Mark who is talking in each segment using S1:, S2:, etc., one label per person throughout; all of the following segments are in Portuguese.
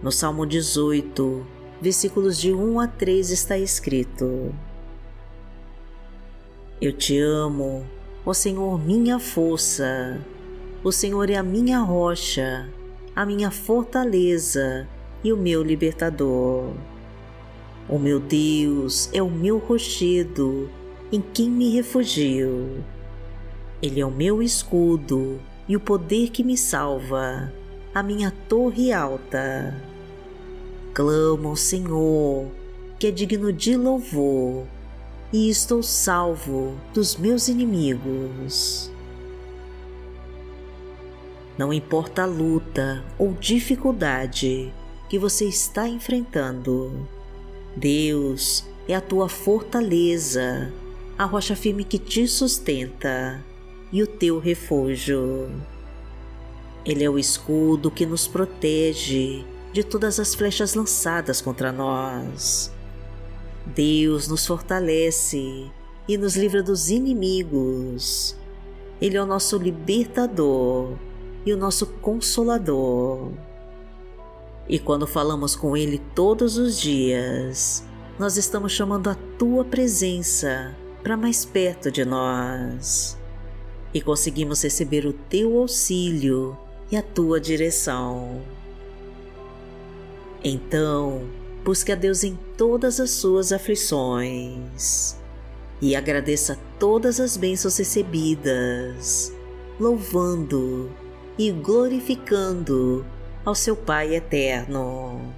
S1: No Salmo 18, versículos de 1 a 3 está escrito: Eu te amo, ó Senhor, minha força. O Senhor é a minha rocha, a minha fortaleza e o meu libertador. O meu Deus é o meu rochedo, em quem me refugio. Ele é o meu escudo e o poder que me salva, a minha torre alta. Clamo ao Senhor, que é digno de louvor, e estou salvo dos meus inimigos. Não importa a luta ou dificuldade que você está enfrentando, Deus é a tua fortaleza, a rocha firme que te sustenta e o teu refúgio. Ele é o escudo que nos protege de todas as flechas lançadas contra nós. Deus nos fortalece e nos livra dos inimigos. Ele é o nosso libertador e o nosso consolador. E quando falamos com Ele todos os dias, nós estamos chamando a Tua presença para mais perto de nós. E conseguimos receber o Teu auxílio e a Tua direção. Então, busque a Deus em todas as suas aflições e agradeça todas as bênçãos recebidas, louvando e glorificando ao seu Pai eterno.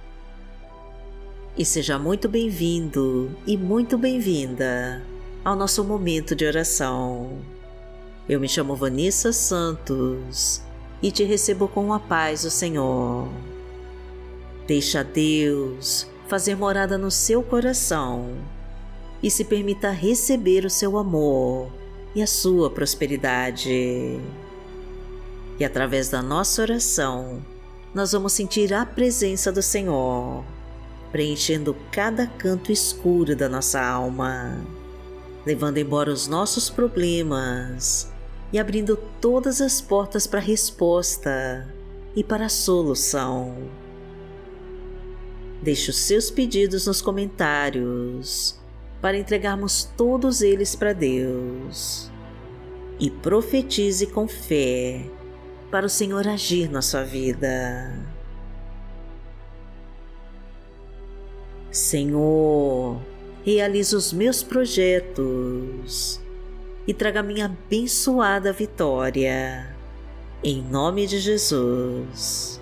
S1: E seja muito bem-vindo e muito bem-vinda ao nosso momento de oração. Eu me chamo Vanessa Santos e te recebo com a paz do Senhor. Deixa Deus fazer morada no seu coração e se permita receber o seu amor e a sua prosperidade. E através da nossa oração, nós vamos sentir a presença do Senhor, preenchendo cada canto escuro da nossa alma, levando embora os nossos problemas e abrindo todas as portas para a resposta e para a solução. Deixe os seus pedidos nos comentários para entregarmos todos eles para Deus. E profetize com fé para o Senhor agir na sua vida. Senhor, realiza os meus projetos e traga minha abençoada vitória, em nome de Jesus.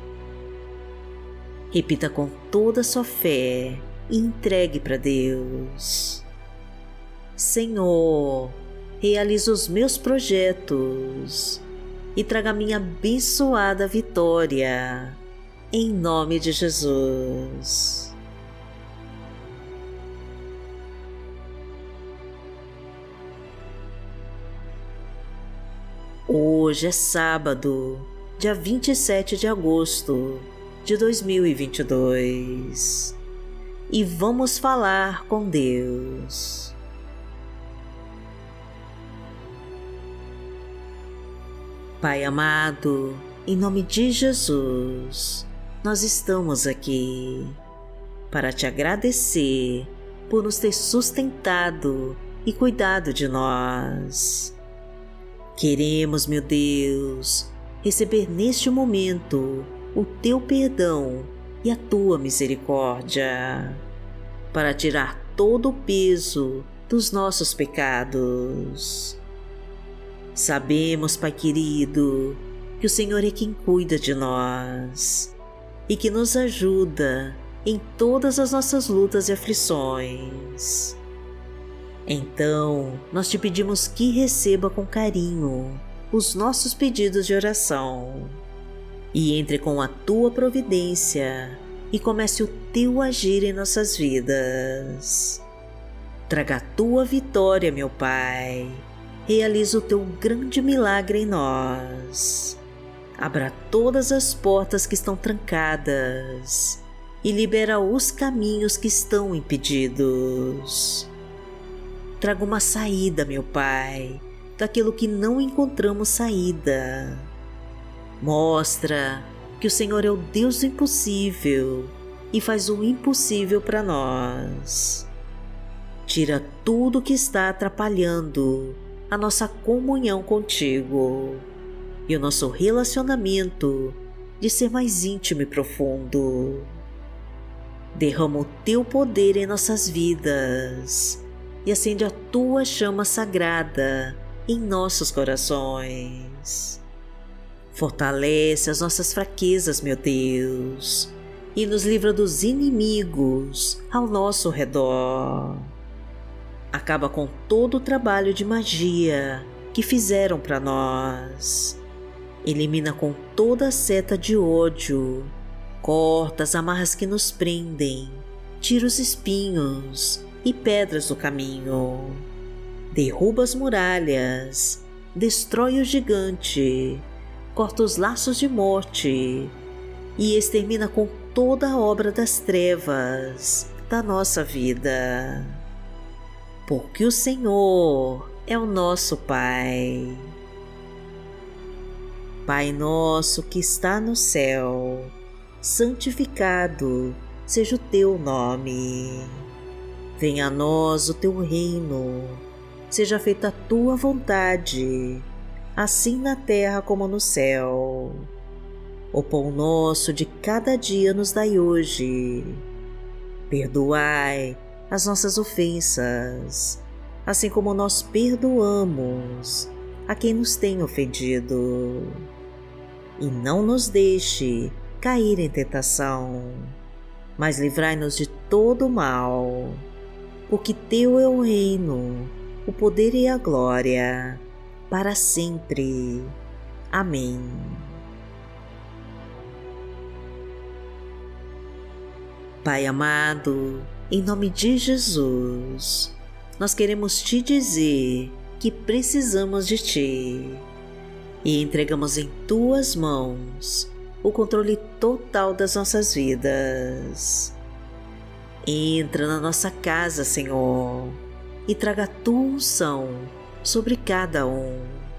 S1: Repita com toda a sua fé e entregue para Deus. Senhor, realiza os meus projetos e traga minha abençoada vitória, em nome de Jesus. Hoje é sábado, dia 27 de agosto de 2022, e vamos falar com Deus. Pai amado, em nome de Jesus, nós estamos aqui para te agradecer por nos ter sustentado e cuidado de nós. Queremos, meu Deus, receber neste momento o teu perdão e a tua misericórdia, para tirar todo o peso dos nossos pecados. Sabemos, Pai querido, que o Senhor é quem cuida de nós e que nos ajuda em todas as nossas lutas e aflições. Então, nós te pedimos que receba com carinho os nossos pedidos de oração e entre com a tua providência e comece o teu agir em nossas vidas. Traga a tua vitória, meu Pai. Realiza o teu grande milagre em nós. Abra todas as portas que estão trancadas e libera os caminhos que estão impedidos. Traga uma saída, meu Pai, daquilo que não encontramos saída. Mostra que o Senhor é o Deus do impossível e faz o impossível para nós. Tira tudo que está atrapalhando a nossa comunhão contigo e o nosso relacionamento de ser mais íntimo e profundo. Derrama o teu poder em nossas vidas e acende a tua chama sagrada em nossos corações. Fortalece as nossas fraquezas, meu Deus, e nos livra dos inimigos ao nosso redor. Acaba com todo o trabalho de magia que fizeram para nós. Elimina com toda a seta de ódio. Corta as amarras que nos prendem. Tira os espinhos e pedras do caminho. Derruba as muralhas. Destrói o gigante. Corta os laços de morte. E extermina com toda a obra das trevas da nossa vida. Porque o Senhor é o nosso Pai. Pai nosso que está no céu, santificado seja o teu nome. Venha a nós o teu reino, seja feita a tua vontade, assim na terra como no céu. O pão nosso de cada dia nos dai hoje. Perdoai as nossas ofensas, assim como nós perdoamos a quem nos tem ofendido. E não nos deixe cair em tentação, mas livrai-nos de todo o mal, porque teu é o reino, o poder e a glória, para sempre. Amém. Pai amado, em nome de Jesus, nós queremos te dizer que precisamos de ti e entregamos em tuas mãos o controle total das nossas vidas. Entra na nossa casa, Senhor, e traga a tua unção sobre cada um.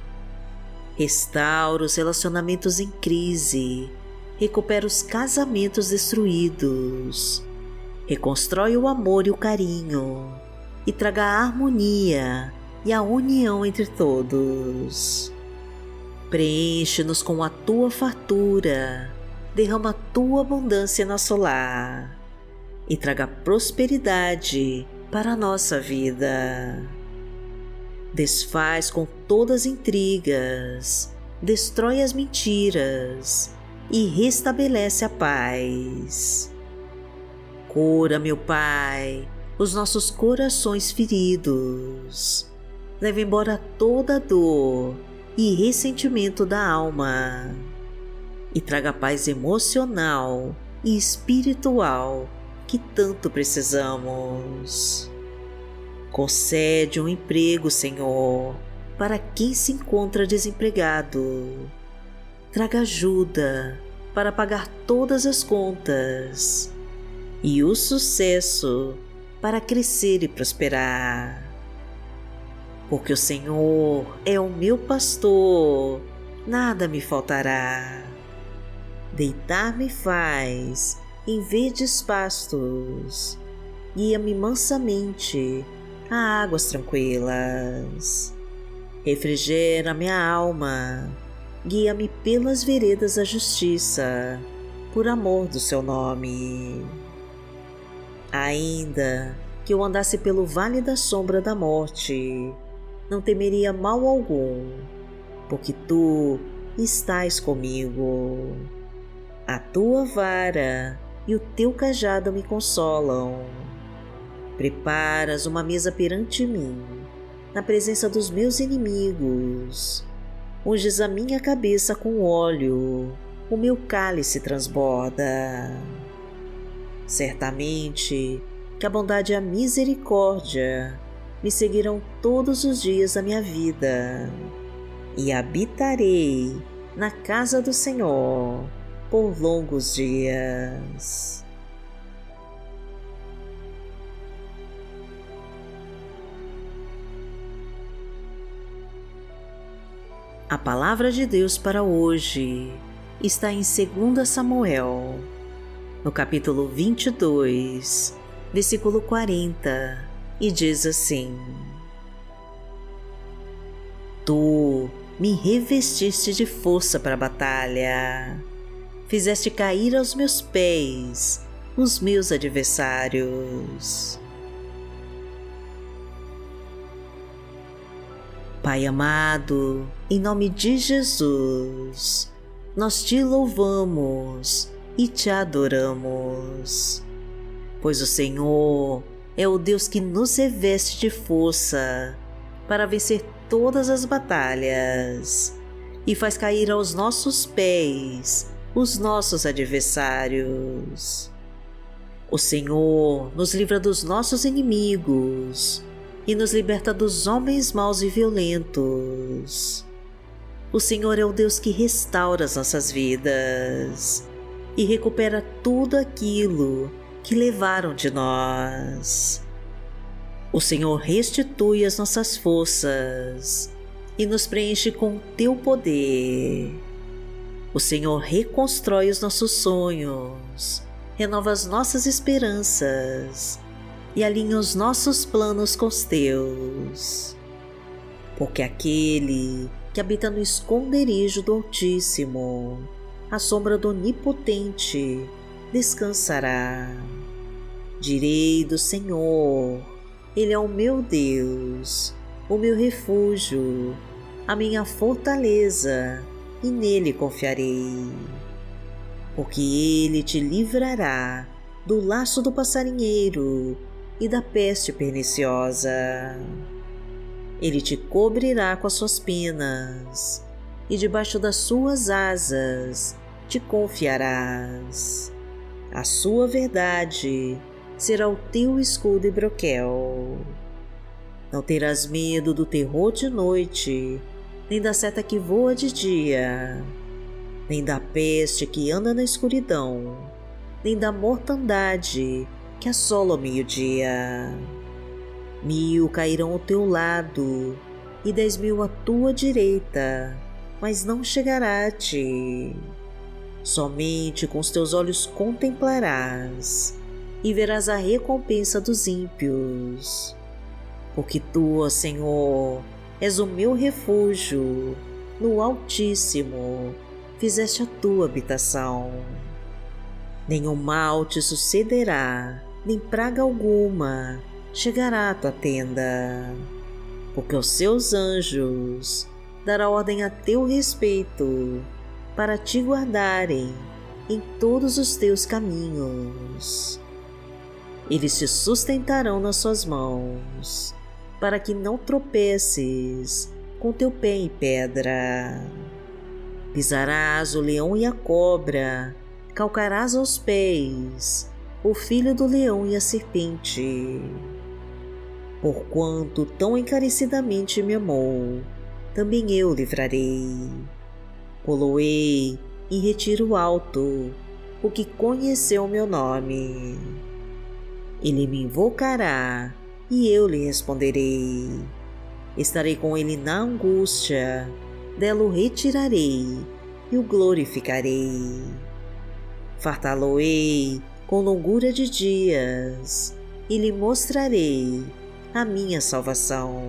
S1: Restaura os relacionamentos em crise, recupera os casamentos destruídos, reconstrói o amor e o carinho e traga a harmonia e a união entre todos. Preenche-nos com a tua fartura, derrama a tua abundância em nosso lar e traga prosperidade para a nossa vida. Desfaz com todas as intrigas, destrói as mentiras e restabelece a paz. Cura, meu Pai, os nossos corações feridos. Leva embora toda a dor e ressentimento da alma. E traga a paz emocional e espiritual que tanto precisamos. Concede um emprego, Senhor, para quem se encontra desempregado. Traga ajuda para pagar todas as contas e o sucesso para crescer e prosperar. Porque o Senhor é o meu pastor, nada me faltará. Deitar-me faz em verdes pastos, guia-me mansamente a águas tranquilas. Refrigera minha alma, guia-me pelas veredas da justiça, por amor do seu nome. Ainda que eu andasse pelo vale da sombra da morte, não temeria mal algum, porque tu estás comigo. A tua vara e o teu cajado me consolam. Preparas uma mesa perante mim, na presença dos meus inimigos. Unges a minha cabeça com óleo, o meu cálice transborda. Certamente que a bondade e a misericórdia me seguirão todos os dias da minha vida, e habitarei na casa do Senhor por longos dias. A palavra de Deus para hoje está em 2 Samuel, no capítulo 22, versículo 40, e diz assim: Tu me revestiste de força para a batalha, fizeste cair aos meus pés os meus adversários. Pai amado, em nome de Jesus, nós te louvamos e te adoramos, pois o Senhor é o Deus que nos reveste de força para vencer todas as batalhas e faz cair aos nossos pés os nossos adversários. O Senhor nos livra dos nossos inimigos e nos liberta dos homens maus e violentos. O Senhor é o Deus que restaura as nossas vidas e recupera tudo aquilo que levaram de nós. O Senhor restitui as nossas forças e nos preenche com teu poder. O Senhor reconstrói os nossos sonhos, renova as nossas esperanças e alinha os nossos planos com os teus. Porque aquele que habita no esconderijo do Altíssimo, à sombra do Onipotente, descansará. Direi do Senhor: Ele é o meu Deus, o meu refúgio, a minha fortaleza, e nele confiarei. Porque ele te livrará do laço do passarinheiro e da peste perniciosa. Ele te cobrirá com as suas penas, e debaixo das suas asas te confiarás. A sua verdade será o teu escudo e broquel. Não terás medo do terror de noite, nem da seta que voa de dia, nem da peste que anda na escuridão, nem da mortandade que assola ao meio-dia. 1000 cairão ao teu lado e 10.000 à tua direita, mas não chegará a ti. Somente com os teus olhos contemplarás e verás a recompensa dos ímpios. Porque tu, ó Senhor, és o meu refúgio, no Altíssimo fizeste a tua habitação. Nenhum mal te sucederá, nem praga alguma chegará à tua tenda, porque os seus anjos dará ordem a teu respeito para te guardarem em todos os teus caminhos. Eles te sustentarão nas suas mãos, para que não tropeces com teu pé em pedra. Pisarás o leão e a cobra, calcarás aos pés o filho do leão e a serpente. Porquanto tão encarecidamente me amou, também eu livrarei. Poloei em retiro alto, o que conheceu meu nome. Ele me invocará e eu lhe responderei. Estarei com ele na angústia, dela o retirarei e o glorificarei. Fartá-lo-ei com longura de dias e lhe mostrarei a minha salvação.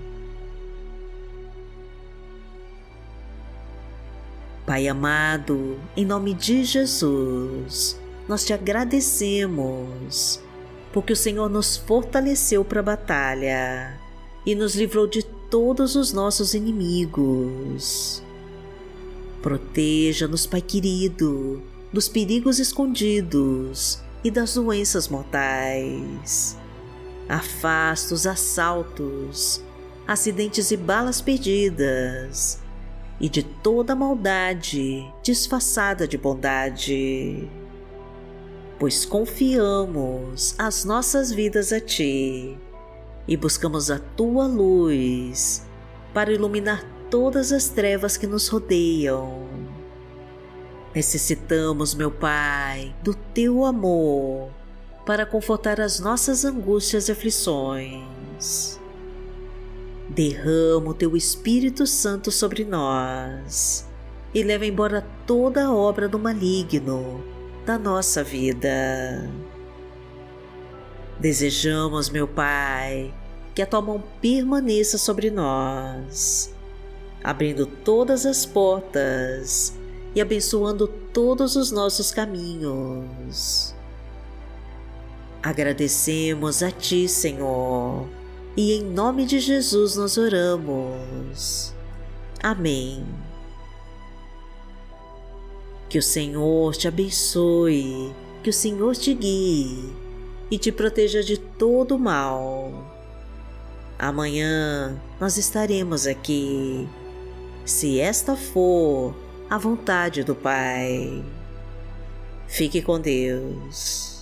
S1: Pai amado, em nome de Jesus, nós te agradecemos, porque o Senhor nos fortaleceu para a batalha e nos livrou de todos os nossos inimigos. Proteja-nos, Pai querido, dos perigos escondidos e das doenças mortais. Afasta os assaltos, acidentes e balas perdidas, e de toda maldade disfarçada de bondade. Pois confiamos as nossas vidas a Ti e buscamos a Tua luz para iluminar todas as trevas que nos rodeiam. Necessitamos, meu Pai, do Teu amor para confortar as nossas angústias e aflições. Derrama o Teu Espírito Santo sobre nós e leva embora toda obra do maligno da nossa vida. Desejamos, meu Pai, que a Tua mão permaneça sobre nós, abrindo todas as portas e abençoando todos os nossos caminhos. Agradecemos a Ti, Senhor, e em nome de Jesus nós oramos. Amém. Que o Senhor te abençoe, que o Senhor te guie e te proteja de todo mal. Amanhã nós estaremos aqui, se esta for a vontade do Pai. Fique com Deus.